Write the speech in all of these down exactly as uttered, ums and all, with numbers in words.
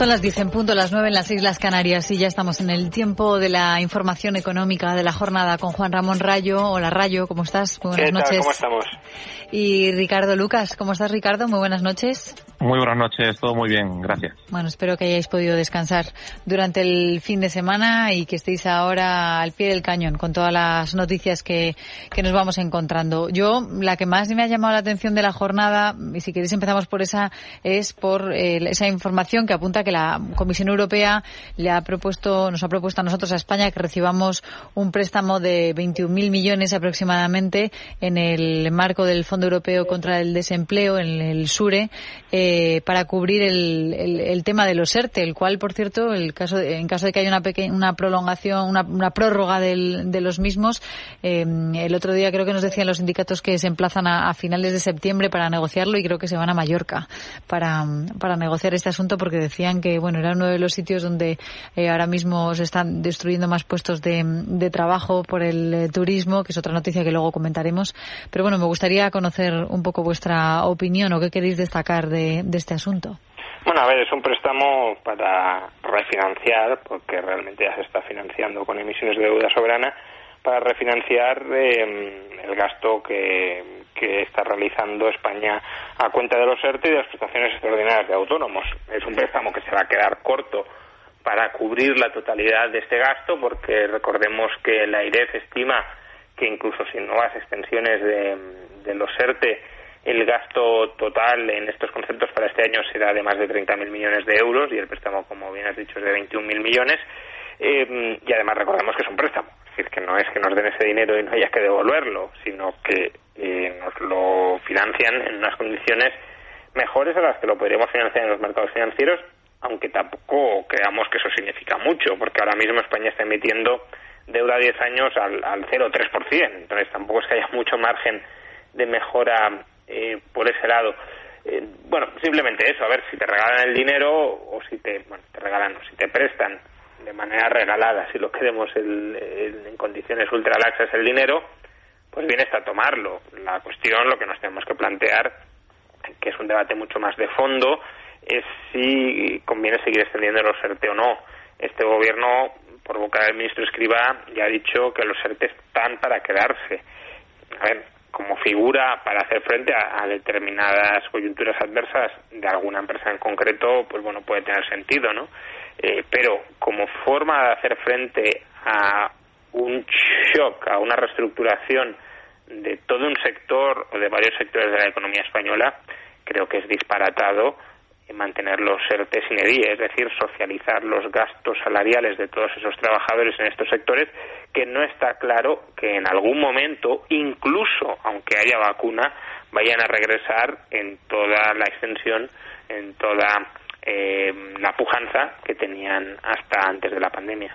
Son las diez en punto, las nueve en las Islas Canarias y ya estamos en el tiempo de la información económica de la jornada con Juan Ramón Rayo. Hola Rayo, ¿cómo estás? Muy buenas ¿Qué tal? noches. ¿Cómo estamos? Y Ricardo Lucas, ¿cómo estás Ricardo? Muy buenas noches. Muy buenas noches, todo muy bien, gracias. Bueno, espero que hayáis podido descansar durante el fin de semana y que estéis ahora al pie del cañón con todas las noticias que, que nos vamos encontrando. Yo, la que más me ha llamado la atención de la jornada, y si queréis empezamos por esa, es por eh, esa información que apunta que la Comisión Europea le ha propuesto, nos ha propuesto a nosotros, a España, que recibamos un préstamo de veintiún mil millones aproximadamente en el marco del Fondo Europeo contra el Desempleo, en el SURE, eh, para cubrir el, el, el tema de los ERTE, el cual, por cierto, el caso de, en caso de que haya una pequeña, una prolongación, una, una prórroga del, de los mismos, eh, el otro día creo que nos decían los sindicatos que se emplazan a, a finales de septiembre para negociarlo y creo que se van a Mallorca para, para negociar este asunto porque decían que, bueno, era uno de los sitios donde eh, ahora mismo se están destruyendo más puestos de, de trabajo por el eh, turismo, que es otra noticia que luego comentaremos. Pero bueno, me gustaría conocer un poco vuestra opinión o qué queréis destacar de, de este asunto. Bueno, a ver, es un préstamo para refinanciar, porque realmente ya se está financiando con emisiones de deuda soberana, para refinanciar eh, el gasto que, que está realizando España a cuenta de los ERTE y de las prestaciones extraordinarias de autónomos. Es un préstamo que se va a quedar corto para cubrir la totalidad de este gasto, porque recordemos que la AIREF estima que incluso sin nuevas extensiones de, de los ERTE, el gasto total en estos conceptos para este año será de más de treinta mil millones de euros y el préstamo, como bien has dicho, es de veintiún mil millones. Eh, y además recordemos que es un préstamo, es decir, que no es que nos den ese dinero y no haya que devolverlo, sino que eh, nos lo financian en unas condiciones mejores a las que lo podríamos financiar en los mercados financieros, aunque tampoco creamos que eso significa mucho, porque ahora mismo España está emitiendo deuda a diez años al, al cero coma tres por ciento, entonces tampoco es que haya mucho margen de mejora eh, por ese lado. Eh, bueno, simplemente eso, a ver, si te regalan el dinero o si te, bueno, te regalan o si te prestan de manera regalada, si lo queremos el, el, en condiciones ultra laxas el dinero, pues bien está tomarlo. La cuestión, lo que nos tenemos que plantear, que es un debate mucho más de fondo, es si conviene seguir extendiendo los ERTE o no. Este gobierno, por boca del ministro Escrivá, ya ha dicho que los ERTE están para quedarse. A ver, como figura para hacer frente a, a determinadas coyunturas adversas de alguna empresa en concreto, pues bueno, puede tener sentido, ¿no? Eh, pero como forma de hacer frente a un shock, a una reestructuración de todo un sector o de varios sectores de la economía española, creo que es disparatado mantener los ERTE sin edie, es decir, socializar los gastos salariales de todos esos trabajadores en estos sectores, que no está claro que en algún momento, incluso aunque haya vacuna, vayan a regresar en toda la extensión, en toda eh, la pujanza que tenían hasta antes de la pandemia.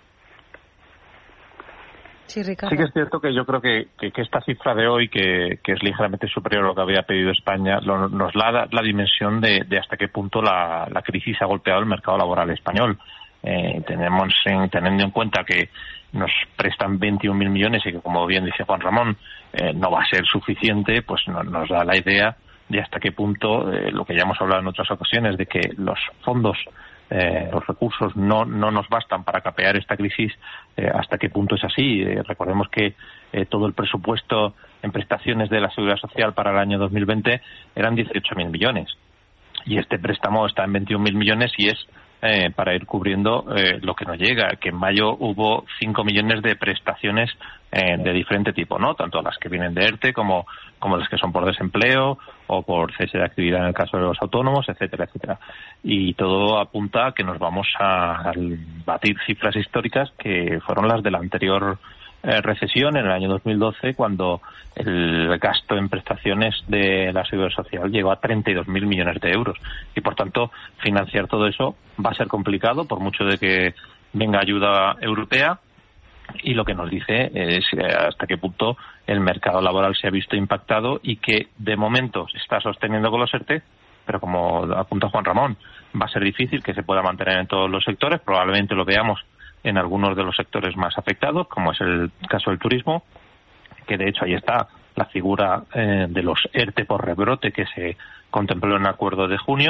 Sí, Ricardo. Sí que es cierto que yo creo que, que, que esta cifra de hoy, que, que es ligeramente superior a lo que había pedido España, lo, nos da la, la dimensión de, de hasta qué punto la, la crisis ha golpeado el mercado laboral español. Eh, tenemos en, teniendo en cuenta que nos prestan veintiún mil millones y que, como bien dice Juan Ramón, eh, no va a ser suficiente, pues no, nos da la idea de hasta qué punto, eh, lo que ya hemos hablado en otras ocasiones, de que los fondos Eh, los recursos no no nos bastan para capear esta crisis, eh, hasta qué punto es así. Eh, recordemos que eh, todo el presupuesto en prestaciones de la Seguridad Social para el año dos mil veinte eran dieciocho mil millones y este préstamo está en veintiún mil millones y es eh, para ir cubriendo eh, lo que nos llega, que en mayo hubo cinco millones de prestaciones eh, de diferente tipo, ¿no? Tanto las que vienen de ERTE como como las que son por desempleo o por cese de actividad en el caso de los autónomos, etcétera, etcétera. Y todo apunta a que nos vamos a batir cifras históricas que fueron las de la anterior eh, recesión en el año dos mil doce, cuando el gasto en prestaciones de la Seguridad Social llegó a treinta y dos mil millones de euros. Y por tanto, financiar todo eso va a ser complicado, por mucho de que venga ayuda europea. Y lo que nos dice es hasta qué punto el mercado laboral se ha visto impactado y que de momento se está sosteniendo con los ERTE, pero como apunta Juan Ramón, va a ser difícil que se pueda mantener en todos los sectores. Probablemente lo veamos en algunos de los sectores más afectados, como es el caso del turismo, que de hecho ahí está la figura eh, de los ERTE por rebrote que se contempló en el acuerdo de junio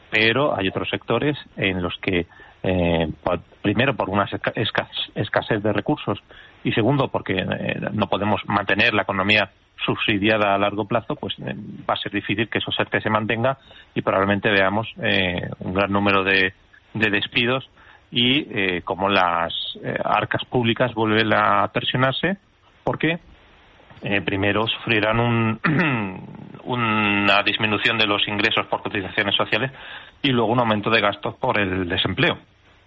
pero hay otros sectores en los que, eh, por, primero, por una escasez de recursos y segundo, porque eh, no podemos mantener la economía subsidiada a largo plazo, pues eh, va a ser difícil que esos ERTE se mantenga y probablemente veamos eh, un gran número de, de despidos y eh, como las eh, arcas públicas vuelven a tensionarse porque eh, primero sufrirán un, una disminución de los ingresos por cotizaciones sociales y luego un aumento de gastos por el desempleo.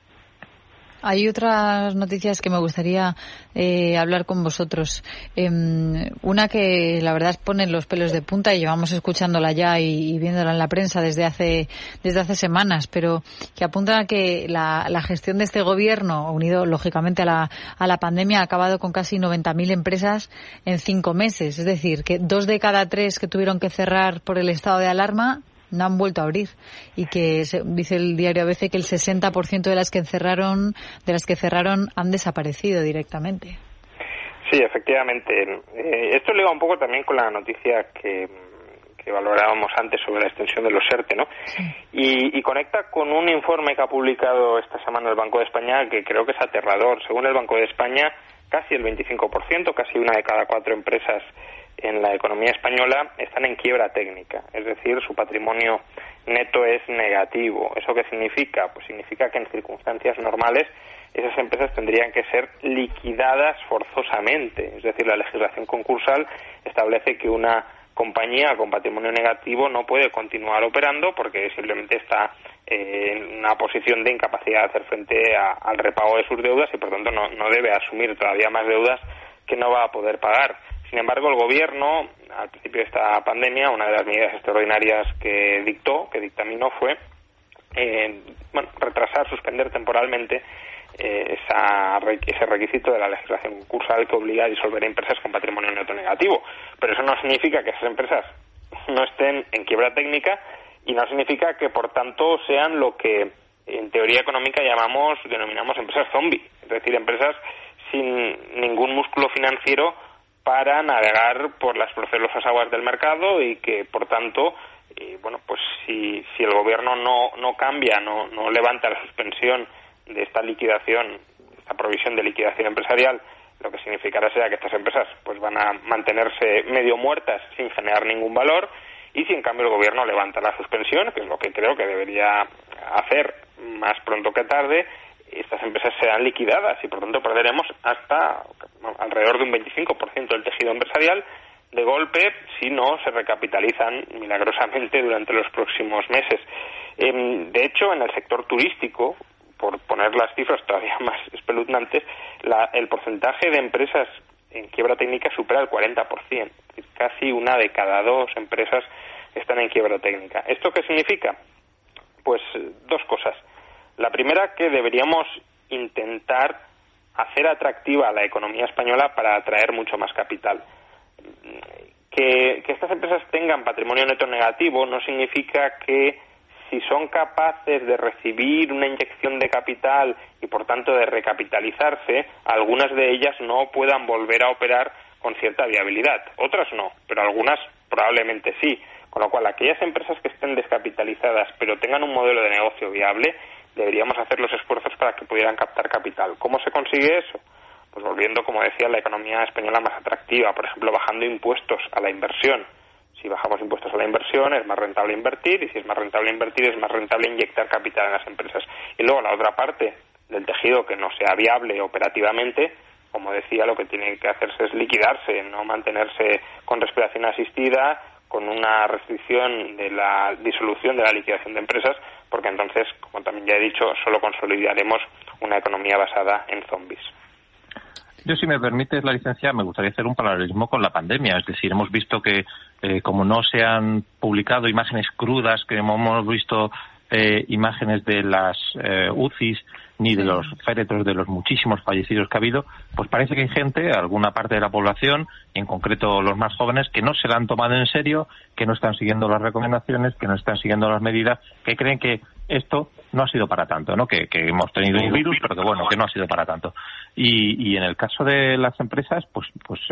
Hay otras noticias que me gustaría eh, hablar con vosotros. Eh, una que la verdad pone los pelos de punta y llevamos escuchándola ya y, y viéndola en la prensa desde hace desde hace semanas, pero que apunta a que la, la gestión de este gobierno, unido lógicamente a la, a la pandemia, ha acabado con casi noventa mil empresas en cinco meses. Es decir, que dos de cada tres que tuvieron que cerrar por el estado de alarma no han vuelto a abrir y que se, dice el diario A B C que el sesenta por ciento de las que cerraron de las que cerraron han desaparecido directamente. Sí, efectivamente. Eh, esto liga un poco también con la noticia que, que valorábamos antes sobre la extensión de los ERTE, ¿no? Sí. Y, y conecta con un informe que ha publicado esta semana el Banco de España que creo que es aterrador. Según el Banco de España, casi el veinticinco por ciento, casi una de cada cuatro empresas en la economía española están en quiebra técnica, es decir, su patrimonio neto es negativo. ¿Eso qué significa? Pues significa que en circunstancias normales esas empresas tendrían que ser liquidadas forzosamente, es decir, la legislación concursal establece que una compañía con patrimonio negativo no puede continuar operando porque simplemente está eh, en una posición de incapacidad de hacer frente a, al repago de sus deudas y por tanto no, no debe asumir todavía más deudas que no va a poder pagar. Sin embargo, el Gobierno, al principio de esta pandemia, una de las medidas extraordinarias que dictó, que dictaminó, fue eh, bueno, retrasar, suspender temporalmente eh, esa, ese requisito de la legislación concursal que obliga a disolver empresas con patrimonio neto negativo. Pero eso no significa que esas empresas no estén en quiebra técnica y no significa que, por tanto, sean lo que en teoría económica llamamos, denominamos empresas zombie, es decir, empresas sin ningún músculo financiero para navegar por las procelosas aguas del mercado y que, por tanto, eh, bueno, pues si, si el gobierno no, no cambia, no, no levanta la suspensión de esta liquidación, esta provisión de liquidación empresarial, lo que significará será que estas empresas pues van a mantenerse medio muertas sin generar ningún valor y si en cambio el gobierno levanta la suspensión, que es lo que creo que debería hacer más pronto que tarde, estas empresas serán liquidadas y por tanto perderemos hasta alrededor de un veinticinco por ciento del tejido empresarial de golpe si no se recapitalizan milagrosamente durante los próximos meses. De hecho, en el sector turístico, por poner las cifras todavía más espeluznantes, la, el porcentaje de empresas en quiebra técnica supera el cuarenta por ciento. Es decir, casi una de cada dos empresas están en quiebra técnica. ¿Esto qué significa? Pues dos cosas. La primera, que deberíamos intentar hacer atractiva a la economía española para atraer mucho más capital. Que, que estas empresas tengan patrimonio neto negativo no significa que si son capaces de recibir una inyección de capital y por tanto de recapitalizarse, algunas de ellas no puedan volver a operar con cierta viabilidad. Otras no, pero algunas probablemente sí. Con lo cual, aquellas empresas que estén descapitalizadas pero tengan un modelo de negocio viable, deberíamos hacer los esfuerzos para que pudieran captar capital. ¿Cómo se consigue eso? Pues volviendo, como decía, la economía española más atractiva, por ejemplo, bajando impuestos a la inversión. Si bajamos impuestos a la inversión, es más rentable invertir, y si es más rentable invertir, es más rentable inyectar capital en las empresas. Y luego la otra parte del tejido que no sea viable operativamente, como decía, lo que tiene que hacerse es liquidarse, no mantenerse con respiración asistida, con una restricción de la disolución de la liquidación de empresas, porque entonces, como también ya he dicho, solo consolidaremos una economía basada en zombies. Yo, si me permites la licencia, me gustaría hacer un paralelismo con la pandemia. Es decir, hemos visto que, eh, como no se han publicado imágenes crudas, que hemos visto eh, imágenes de las eh, U C Is, ni de los féretros de los muchísimos fallecidos que ha habido, pues parece que hay gente, alguna parte de la población, en concreto los más jóvenes, que no se la han tomado en serio, que no están siguiendo las recomendaciones, que no están siguiendo las medidas, que creen que esto no ha sido para tanto, ¿no? Que, que hemos tenido un virus, pero que bueno, que no ha sido para tanto. Y, y en el caso de las empresas, pues, pues es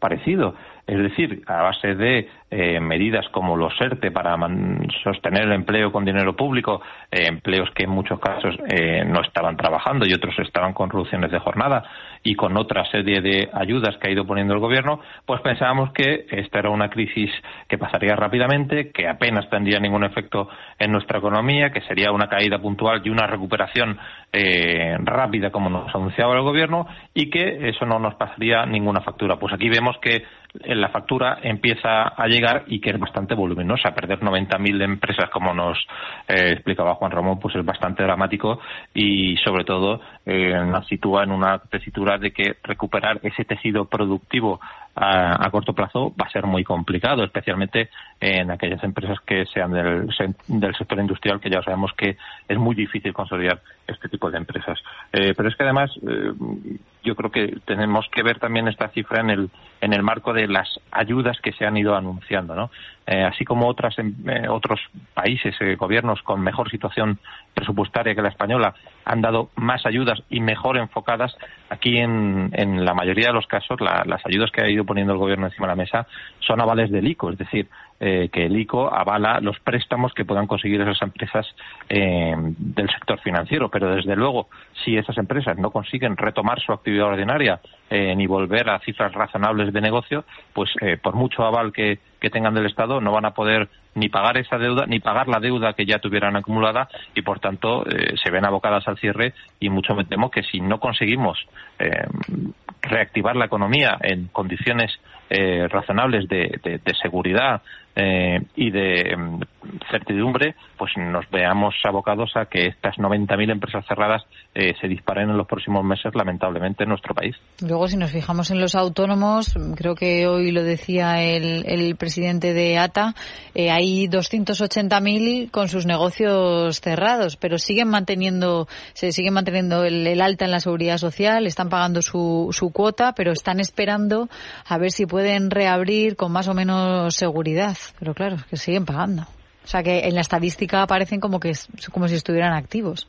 parecido. Es decir, a base de eh, medidas como los ERTE para man- sostener el empleo con dinero público, eh, empleos que en muchos casos eh, no estaban trabajando y otros estaban con reducciones de jornada, y con otra serie de ayudas que ha ido poniendo el gobierno, pues pensábamos que esta era una crisis que pasaría rápidamente, que apenas tendría ningún efecto en nuestra economía, que sería una caída puntual y una recuperación eh, rápida como nos anunciaba el gobierno, y que eso no nos pasaría ninguna factura. Pues aquí vemos que la factura empieza a llegar y que es bastante voluminosa. Perder noventa mil empresas, como nos eh, explicaba Juan Ramón, pues es bastante dramático, y sobre todo eh, nos sitúa en una tesitura de que recuperar ese tejido productivo a, a corto plazo va a ser muy complicado, especialmente en aquellas empresas que sean del, del sector industrial, que ya sabemos que es muy difícil consolidar este tipo de empresas. Eh, pero es que además eh, yo creo que tenemos que ver también esta cifra en el en el marco de las ayudas que se han ido anunciando, ¿no? Eh, así como otras eh, otros países, eh, gobiernos con mejor situación presupuestaria que la española han dado más ayudas y mejor enfocadas, aquí en, en la mayoría de los casos la, las ayudas que ha ido poniendo el gobierno encima de la mesa son avales del I C O, es decir, eh, que el I C O avala los préstamos que puedan conseguir esas empresas eh, del sector financiero, pero desde luego si esas empresas no consiguen retomar su actividad ordinaria eh, ni volver a cifras razonables de negocio, pues eh, por mucho aval que, que tengan del Estado no van a poder ni pagar esa deuda, ni pagar la deuda que ya tuvieran acumulada, y por tanto eh, se ven abocadas al cierre, y mucho me temo que si no conseguimos eh, reactivar la economía en condiciones eh, razonables de, de, de seguridad eh, y de eh, certidumbre, pues nos veamos abocados a que estas noventa mil empresas cerradas eh, se disparen en los próximos meses, lamentablemente, en nuestro país. Luego, si nos fijamos en los autónomos, creo que hoy lo decía el, el presidente de A T A, eh, hay doscientos ochenta mil con sus negocios cerrados, pero siguen manteniendo, se siguen manteniendo el, el alta en la seguridad social, están pagando su, su cuota, pero están esperando a ver si pueden reabrir con más o menos seguridad. Pero claro, que siguen pagando. O sea, que en la estadística aparecen como que es, como si estuvieran activos.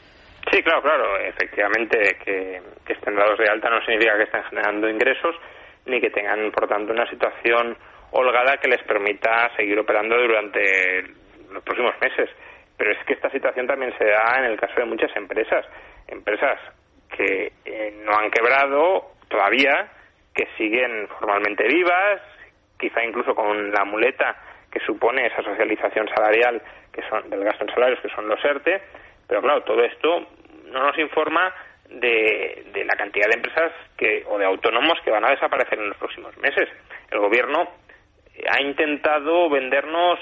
Sí, claro, claro. Efectivamente, que, que estén dados de alta no significa que estén generando ingresos, ni que tengan, por tanto, una situación holgada que les permita seguir operando durante los próximos meses. Pero es que esta situación también se da en el caso de muchas empresas. Empresas que eh, no han quebrado todavía, que siguen formalmente vivas, quizá incluso con la muleta que supone esa socialización salarial que son del gasto en salarios, que son los ERTE, pero claro, todo esto no nos informa de, de la cantidad de empresas que o de autónomos que van a desaparecer en los próximos meses. El gobierno ha intentado vendernos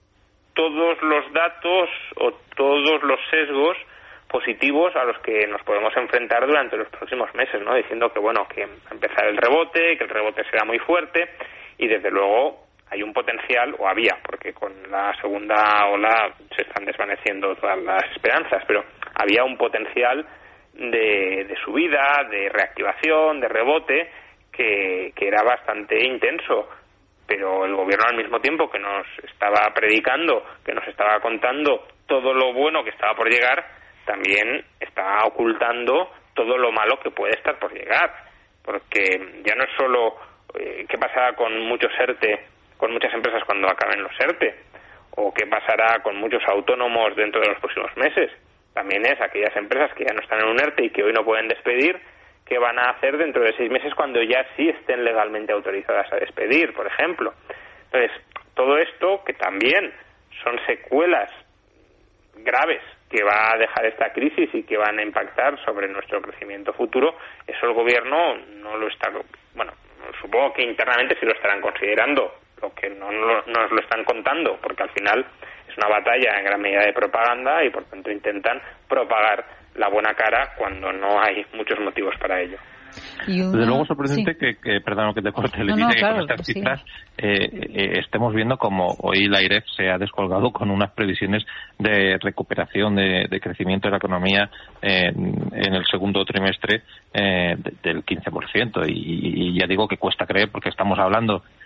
todos los datos o todos los sesgos positivos a los que nos podemos enfrentar durante los próximos meses, ¿no? Diciendo que, bueno, que va a empezar el rebote, que el rebote será muy fuerte, y desde luego hay un potencial, o había, porque con la segunda ola se están desvaneciendo todas las esperanzas, pero había un potencial de, de subida, de reactivación, de rebote, que, que era bastante intenso. Pero el gobierno, al mismo tiempo que nos estaba predicando, que nos estaba contando todo lo bueno que estaba por llegar, también está ocultando todo lo malo que puede estar por llegar. Porque ya no es solo eh, qué pasará con muchos ERTE, con muchas empresas cuando acaben los ERTE, o qué pasará con muchos autónomos dentro de los próximos meses. También es aquellas empresas que ya no están en un ERTE y que hoy no pueden despedir, qué van a hacer dentro de seis meses cuando ya sí estén legalmente autorizadas a despedir, por ejemplo. Entonces, todo esto, que también son secuelas graves que va a dejar esta crisis y que van a impactar sobre nuestro crecimiento futuro, eso el gobierno no lo está... Bueno, supongo que internamente sí lo estarán considerando, lo que no nos lo están contando, porque al final es una batalla en gran medida de propaganda y por tanto intentan propagar la buena cara cuando no hay muchos motivos para ello. Y una... Desde luego sorprendente sí. que, que, perdón que te corte, no, Leticia, no, que claro, con estas sí. cifras eh, eh, estemos viendo como hoy la AIREF se ha descolgado con unas previsiones de recuperación, de, de crecimiento de la economía eh, en el segundo trimestre eh, de, del quince por ciento. Y, y ya digo que cuesta creer, porque estamos hablando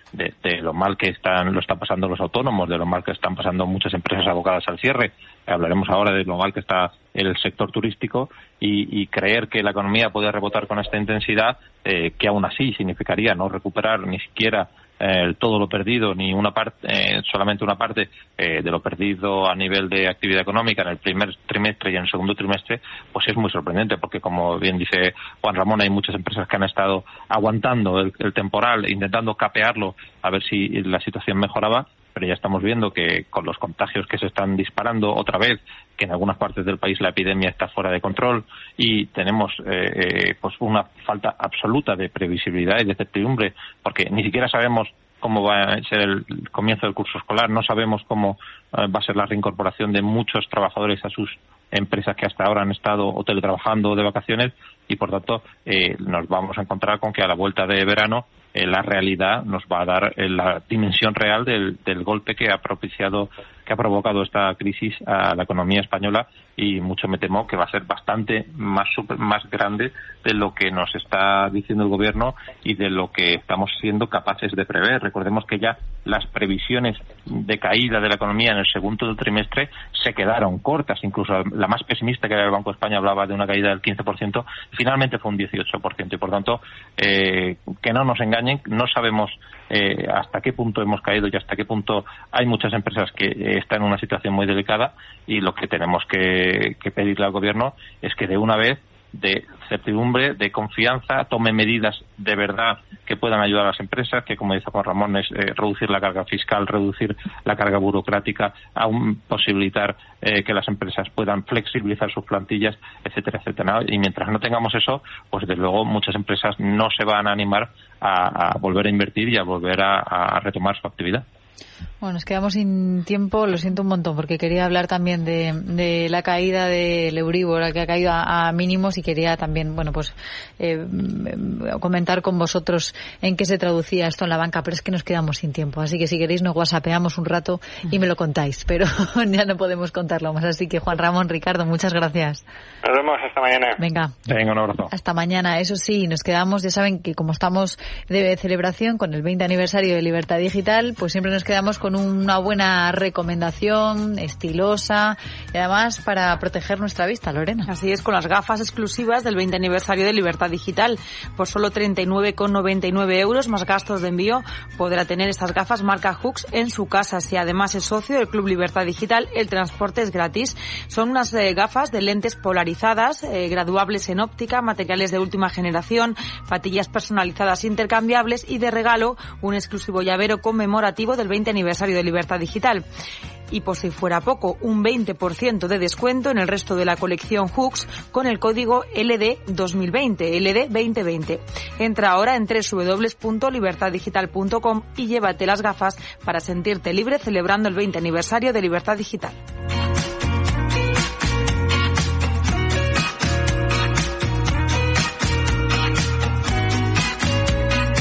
de, de lo mal que están lo están pasando los autónomos, de lo mal que están pasando muchas empresas abocadas al cierre. Hablaremos ahora de lo mal que está el sector turístico y, y creer que la economía puede rebotar con esta intensidad, eh, que aún así significaría no recuperar ni siquiera Eh, todo lo perdido, ni una parte, eh, solamente una parte eh, de lo perdido a nivel de actividad económica en el primer trimestre y en el segundo trimestre, pues es muy sorprendente, porque como bien dice Juan Ramón, hay muchas empresas que han estado aguantando el, el temporal, intentando capearlo a ver si la situación mejoraba, pero ya estamos viendo que con los contagios que se están disparando otra vez, que en algunas partes del país la epidemia está fuera de control y tenemos eh, eh, pues una falta absoluta de previsibilidad y de certidumbre, porque ni siquiera sabemos cómo va a ser el comienzo del curso escolar, no sabemos cómo eh, va a ser la reincorporación de muchos trabajadores a sus empresas que hasta ahora han estado o teletrabajando o de vacaciones, y por tanto eh, nos vamos a encontrar con que a la vuelta de verano eh, la realidad nos va a dar eh, la dimensión real del, del golpe que ha propiciado, que ha provocado esta crisis a la economía española, y mucho me temo que va a ser bastante más super, más grande de lo que nos está diciendo el gobierno y de lo que estamos siendo capaces de prever. Recordemos que ya las previsiones de caída de la economía en el segundo trimestre se quedaron cortas, incluso la más pesimista, que era el Banco de España, hablaba de una caída del quince por ciento, finalmente fue un dieciocho por ciento, y por tanto eh, que no nos engañen, no sabemos eh, hasta qué punto hemos caído y hasta qué punto hay muchas empresas que eh, están en una situación muy delicada, y lo que tenemos que, que pedirle al gobierno es que de una vez de certidumbre, de confianza, tome medidas de verdad que puedan ayudar a las empresas, que como dice Juan Ramón es eh, reducir la carga fiscal, reducir la carga burocrática, aún posibilitar eh, que las empresas puedan flexibilizar sus plantillas, etcétera, etcétera. Y mientras no tengamos eso, pues desde luego muchas empresas no se van a animar a, a volver a invertir y a volver a, a retomar su actividad. Bueno, nos quedamos sin tiempo, lo siento un montón, porque quería hablar también de, de la caída del Euribor, que ha caído a, a mínimos, y quería también, bueno, pues eh, comentar con vosotros en qué se traducía esto en la banca, pero es que nos quedamos sin tiempo, así que si queréis nos whatsappeamos un rato y me lo contáis, pero ya no podemos contarlo más, así que Juan Ramón, Ricardo, muchas gracias. Nos vemos hasta mañana. Venga. Venga, un abrazo. Hasta mañana. Eso sí, nos quedamos, ya saben que como estamos de celebración con el veinte aniversario de Libertad Digital, pues siempre nos quedamos con una buena recomendación, estilosa, y además para proteger nuestra vista, Lorena. Así es, con las gafas exclusivas del veinte aniversario de Libertad Digital. Por solo treinta y nueve con noventa y nueve euros más gastos de envío podrá tener estas gafas marca Hux en su casa. Si además es socio del Club Libertad Digital, el transporte es gratis. Son unas eh, gafas de lentes polarizadas, eh, graduables en óptica, materiales de última generación, patillas personalizadas intercambiables, y de regalo un exclusivo llavero conmemorativo del veinte aniversario de Libertad Digital. Y por si fuera poco, un veinte por ciento de descuento en el resto de la colección Hux con el código L D dos mil veinte, L D veinte veinte. Entra ahora en doble u doble u doble u punto libertad digital punto com y llévate las gafas para sentirte libre celebrando el veinte aniversario de Libertad Digital.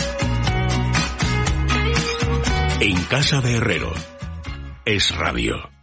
En casa de Herrero, Es Radio.